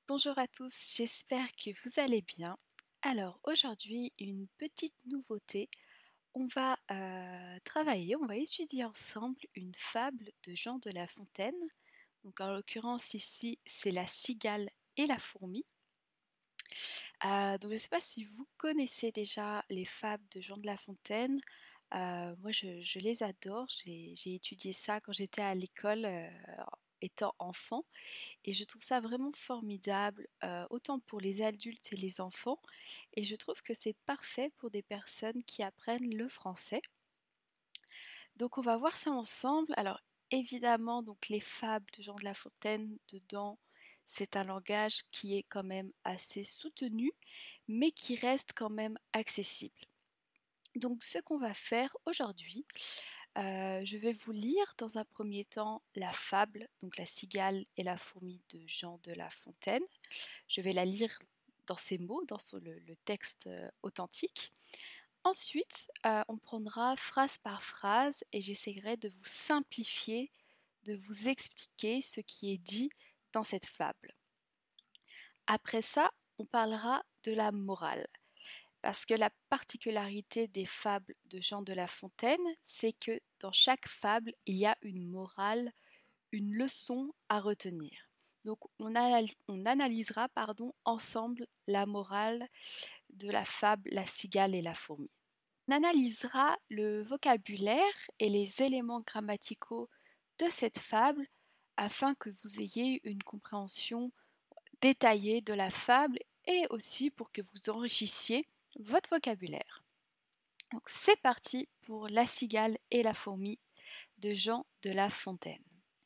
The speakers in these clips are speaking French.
Bonjour à tous, j'espère que vous allez bien. Alors aujourd'hui, une petite nouveauté. On va travailler, on va étudier ensemble une fable de Jean de La Fontaine. Donc en l'occurrence ici, c'est la cigale et la fourmi. Donc je ne sais pas si vous connaissez déjà les fables de Jean de La Fontaine. Moi, je les adore. J'ai étudié ça quand j'étais à l'école, étant enfant. Et je trouve ça vraiment formidable, autant pour les adultes et les enfants. Et je trouve que c'est parfait pour des personnes qui apprennent le français. Donc on va voir ça ensemble. Alors évidemment, donc les fables de Jean de La Fontaine, dedans, c'est un langage qui est quand même assez soutenu, mais qui reste quand même accessible. Donc ce qu'on va faire aujourd'hui, je vais vous lire dans un premier temps la fable, donc la cigale et la fourmi de Jean de La Fontaine. Je vais la lire dans ses mots, dans le texte authentique. Ensuite, on prendra phrase par phrase et j'essaierai de vous simplifier, de vous expliquer ce qui est dit dans cette fable. Après ça, on parlera de la morale. Parce que la particularité des fables de Jean de La Fontaine, c'est que dans chaque fable, il y a une morale, une leçon à retenir. Donc on analysera ensemble la morale de la fable La cigale et la fourmi. On analysera le vocabulaire et les éléments grammaticaux de cette fable afin que vous ayez une compréhension détaillée de la fable et aussi pour que vous enrichissiez votre vocabulaire. Donc c'est parti pour La cigale et la fourmi de Jean de La Fontaine.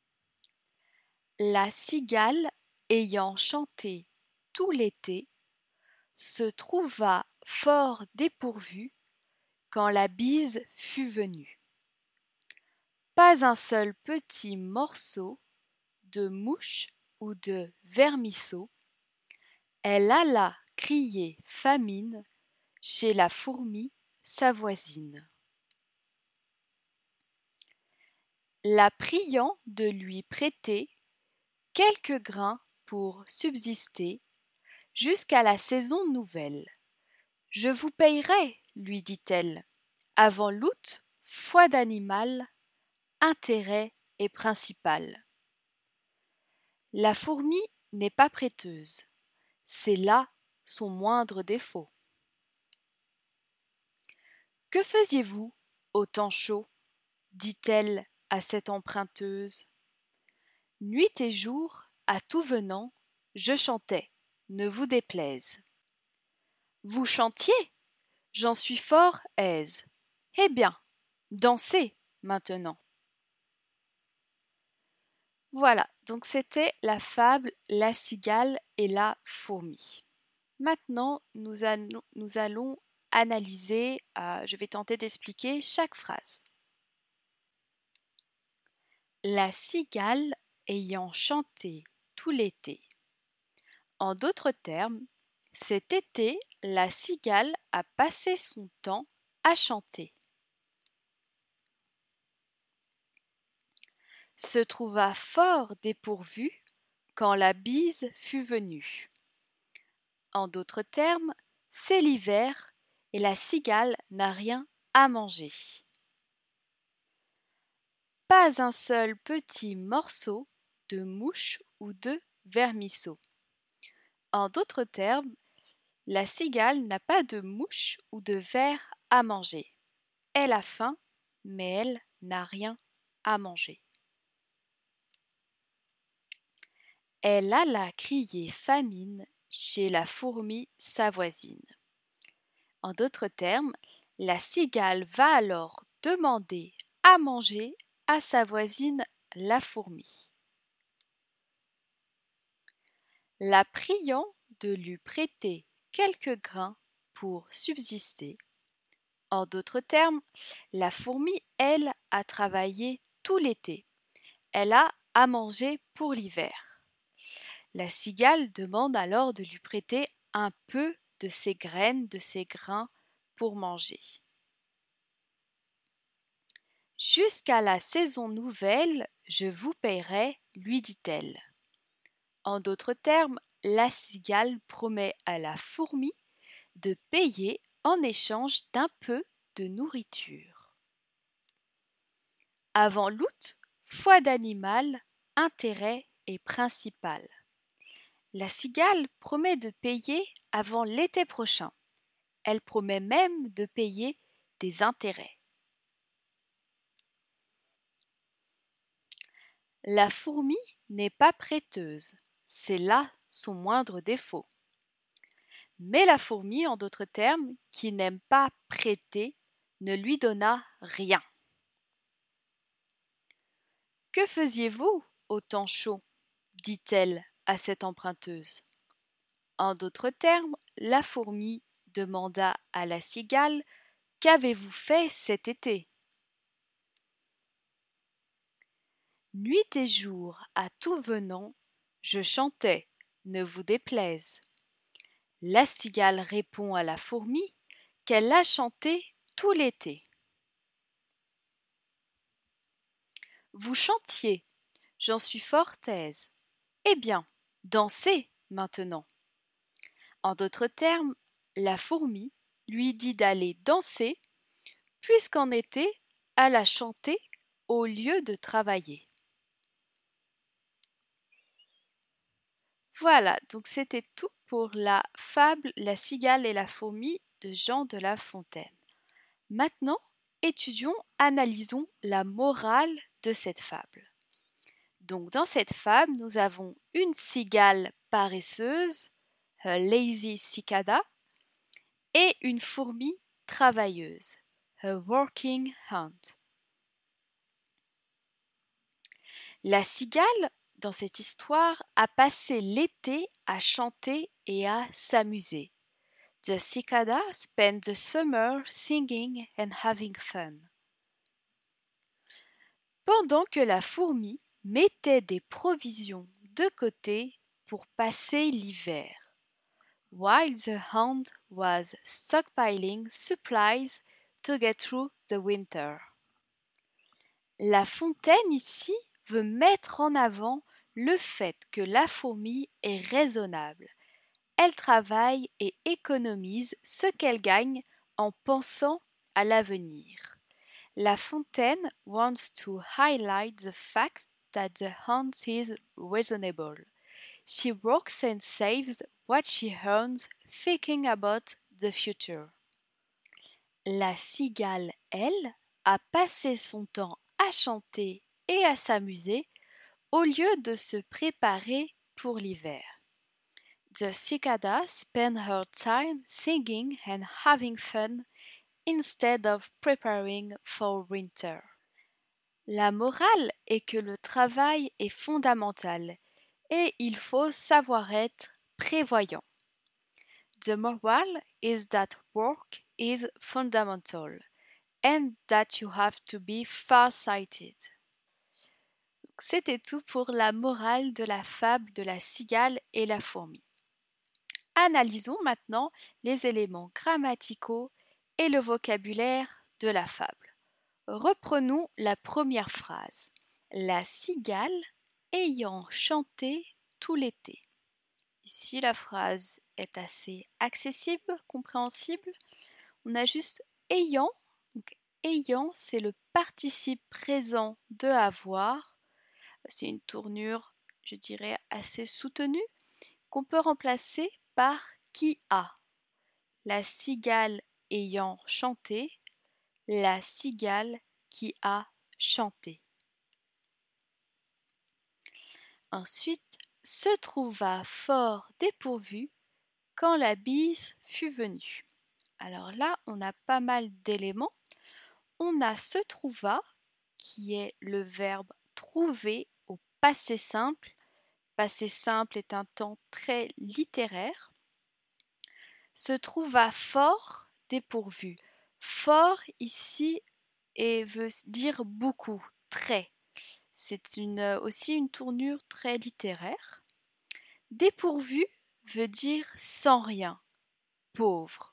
La cigale, ayant chanté tout l'été, se trouva fort dépourvue quand la bise fut venue. Pas un seul petit morceau de mouche ou de vermisseau. Elle alla crier famine chez la fourmi, sa voisine. La priant de lui prêter quelques grains pour subsister jusqu'à la saison nouvelle. Je vous payerai, lui dit-elle, avant l'août, foi d'animal, intérêt et principal. La fourmi n'est pas prêteuse, c'est là son moindre défaut. Que faisiez-vous au temps chaud, dit-elle à cette emprunteuse. Nuit et jour, à tout venant, je chantais, ne vous déplaise. Vous chantiez, j'en suis fort aise. Eh bien, dansez maintenant. Voilà, donc c'était la fable La cigale et la fourmi. Maintenant, nous allons analyser, je vais tenter d'expliquer chaque phrase. La cigale ayant chanté tout l'été. En d'autres termes, cet été, la cigale a passé son temps à chanter. Se trouva fort dépourvue quand la bise fut venue. En d'autres termes, c'est l'hiver et la cigale n'a rien à manger. Pas un seul petit morceau de mouche ou de vermisseau. En d'autres termes, la cigale n'a pas de mouche ou de ver à manger. Elle a faim, mais elle n'a rien à manger. Elle alla crier famine chez la fourmi sa voisine. En d'autres termes, la cigale va alors demander à manger à sa voisine la fourmi. La priant de lui prêter quelques grains pour subsister. En d'autres termes, la fourmi, elle, a travaillé tout l'été. Elle a à manger pour l'hiver. La cigale demande alors de lui prêter un peu de ses graines, de ses grains pour manger. Jusqu'à la saison nouvelle, je vous paierai, lui dit-elle. En d'autres termes, la cigale promet à la fourmi de payer en échange d'un peu de nourriture. Avant l'août, foi d'animal, intérêt est principal. La cigale promet de payer avant l'été prochain. Elle promet même de payer des intérêts. La fourmi n'est pas prêteuse, c'est là son moindre défaut. Mais la fourmi, en d'autres termes, qui n'aime pas prêter, ne lui donna rien. Que faisiez-vous au temps chaud? Dit-elle à cette emprunteuse. En d'autres termes, la fourmi demanda à la cigale: Qu'avez-vous fait cet été? Nuit et jour, à tout venant, je chantais, ne vous déplaise. La cigale répond à la fourmi qu'elle a chanté tout l'été. Vous chantiez, j'en suis fort aise. Eh bien, dansez maintenant. En d'autres termes, la fourmi lui dit d'aller danser, puisqu'en été, elle a chanté au lieu de travailler. Voilà, donc c'était tout pour la fable La cigale et la fourmi de Jean de La Fontaine. Maintenant, étudions, analysons la morale de cette fable. Donc dans cette fable, nous avons une cigale paresseuse, a lazy cicada, et une fourmi travailleuse, a working ant. La cigale, dans cette histoire, a passé l'été à chanter et à s'amuser. The cicada spent the summer singing and having fun. Pendant que la fourmi mettait des provisions de côté pour passer l'hiver. While the ant was stockpiling supplies to get through the winter. La Fontaine ici veut mettre en avant le fait que la fourmi est raisonnable. Elle travaille et économise ce qu'elle gagne en pensant à l'avenir. La Fontaine wants to highlight the fact that the ant is reasonable. She works and saves what she earns, thinking about the future. La cigale, elle, a passé son temps à chanter et à s'amuser au lieu de se préparer pour l'hiver. The cicada spent her time singing and having fun instead of preparing for winter. La morale est que le travail est fondamental et il faut savoir être prévoyant. The moral is that work is fundamental and that you have to be far-sighted. C'était tout pour la morale de la fable de la cigale et la fourmi. Analysons maintenant les éléments grammaticaux et le vocabulaire de la fable. Reprenons la première phrase. La cigale ayant chanté tout l'été. Ici, la phrase est assez accessible, compréhensible. On a juste ayant. Donc, ayant, c'est le participe présent de avoir. C'est une tournure, je dirais, assez soutenue qu'on peut remplacer par qui a. La cigale ayant chanté, la cigale qui a chanté. Ensuite, se trouva fort dépourvu quand la bise fut venue. Alors là, on a pas mal d'éléments. On a se trouva, qui est le verbe trouver au passé simple. Passé simple est un temps très littéraire. Se trouva fort dépourvu. Fort ici veut dire beaucoup, très. C'est aussi une tournure très littéraire. Dépourvu veut dire sans rien, pauvre.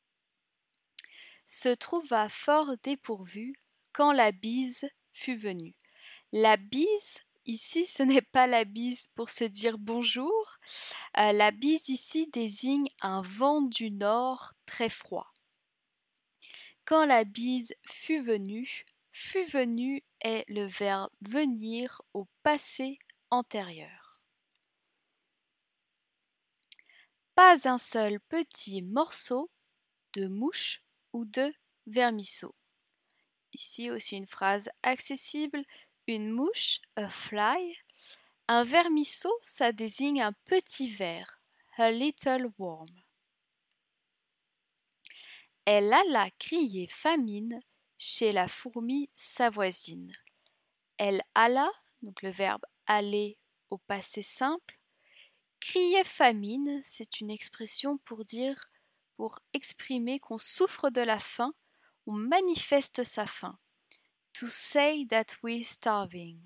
Se trouva fort dépourvu quand la bise fut venue. La bise, ici, ce n'est pas la bise pour se dire bonjour. La bise ici désigne un vent du nord très froid. Quand la bise fut venue est le verbe venir au passé antérieur. Pas un seul petit morceau de mouche ou de vermisseau. Ici aussi une phrase accessible. Une mouche, a fly. Un vermisseau, ça désigne un petit ver, a little worm. Elle alla crier famine chez la fourmi sa voisine. Elle alla, donc le verbe aller au passé simple. Crier famine, c'est une expression pour exprimer qu'on souffre de la faim, on manifeste sa faim. To say that we're starving.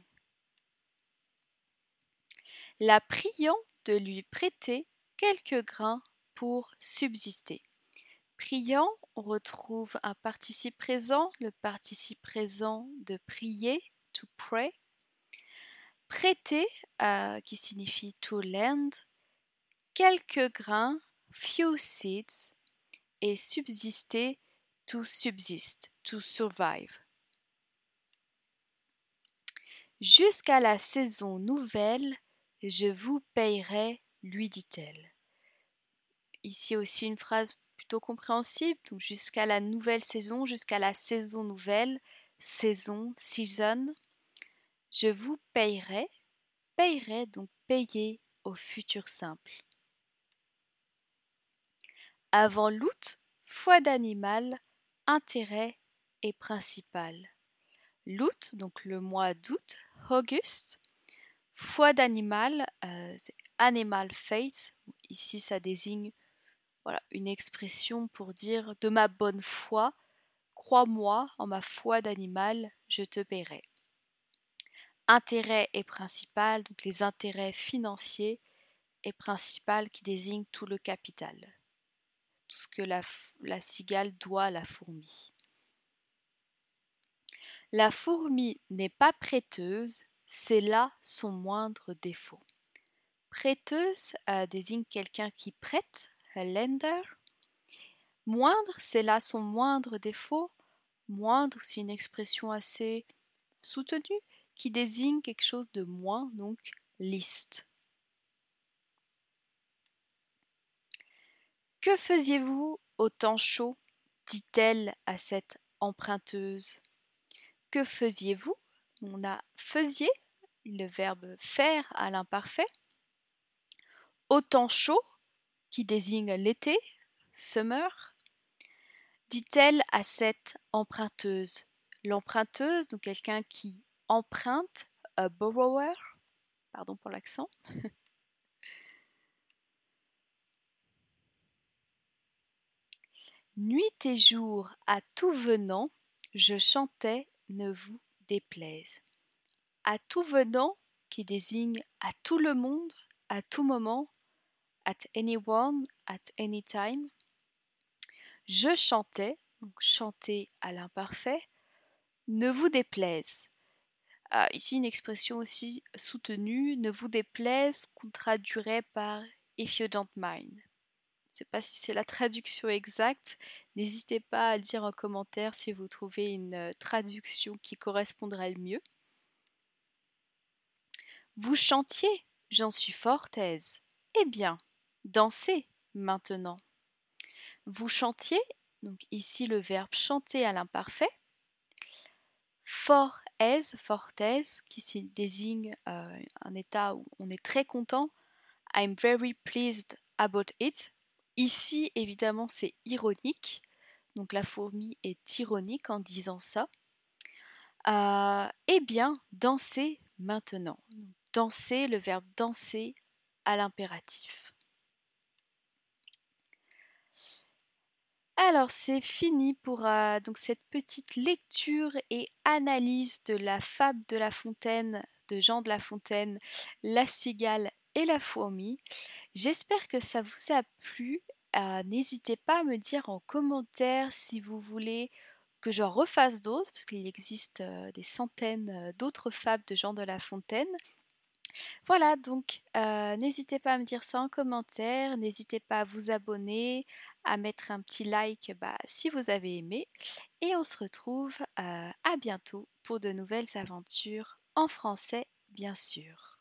La priant de lui prêter quelques grains pour subsister. Priant, on retrouve un participe présent, le participe présent de prier, to pray. Prêter, qui signifie to lend, quelques grains, few seeds, et subsister, to subsist, to survive. Jusqu'à la saison nouvelle, je vous payerai, lui dit-elle. Ici aussi une phrase plutôt compréhensible, donc jusqu'à la nouvelle saison, jusqu'à la saison nouvelle, saison, season. Je vous payerai, payerai donc payer au futur simple. Avant l'août, foi d'animal, intérêt et principal. L'août, donc le mois d'août, August. Foi d'animal, c'est animal faith. Ici, ça désigne une expression pour dire de ma bonne foi, crois-moi en ma foi d'animal, je te paierai. Intérêt et principal, donc les intérêts financiers, et principal qui désigne tout le capital, tout ce que la cigale doit à la fourmi. La fourmi n'est pas prêteuse, c'est là son moindre défaut. Prêteuse désigne quelqu'un qui prête, a lender. Moindre, c'est là son moindre défaut. Moindre, c'est une expression assez soutenue qui désigne quelque chose de moins, donc least. Que faisiez-vous au temps chaud dit-elle à cette emprunteuse. Que faisiez-vous? On a faisiez, le verbe faire à l'imparfait. Au temps chaud, qui désigne l'été, summer, dit-elle à cette emprunteuse. L'emprunteuse, donc quelqu'un qui emprunte, a borrower, pardon pour l'accent. Nuit et jour, à tout venant, je chantais, ne vous déplaise. À tout venant, qui désigne à tout le monde, à tout moment, at anyone, at any time. Je chantais, donc chanter à l'imparfait, ne vous déplaise. Ici une expression aussi soutenue, ne vous déplaise, qu'on traduirait par if you don't mind. Je ne sais pas si c'est la traduction exacte. N'hésitez pas à le dire en commentaire si vous trouvez une traduction qui correspondrait le mieux. Vous chantiez, j'en suis fort aise. Eh bien, dansez maintenant. Vous chantiez, donc ici le verbe chanter à l'imparfait. Fort aise, qui désigne un état où on est très content. I'm very pleased about it. Ici, évidemment, c'est ironique. Donc la fourmi est ironique en disant ça. Eh bien, dansez maintenant. Danser, le verbe danser à l'impératif. Alors, c'est fini pour donc cette petite lecture et analyse de la fable de La Fontaine, de Jean de La Fontaine, La cigale et la fourmi. J'espère que ça vous a plu. N'hésitez pas à me dire en commentaire si vous voulez que j'en refasse d'autres, parce qu'il existe des centaines d'autres fables de Jean de La Fontaine. Voilà, donc n'hésitez pas à me dire ça en commentaire, n'hésitez pas à vous abonner, à mettre un petit like si vous avez aimé, et on se retrouve à bientôt pour de nouvelles aventures en français, bien sûr.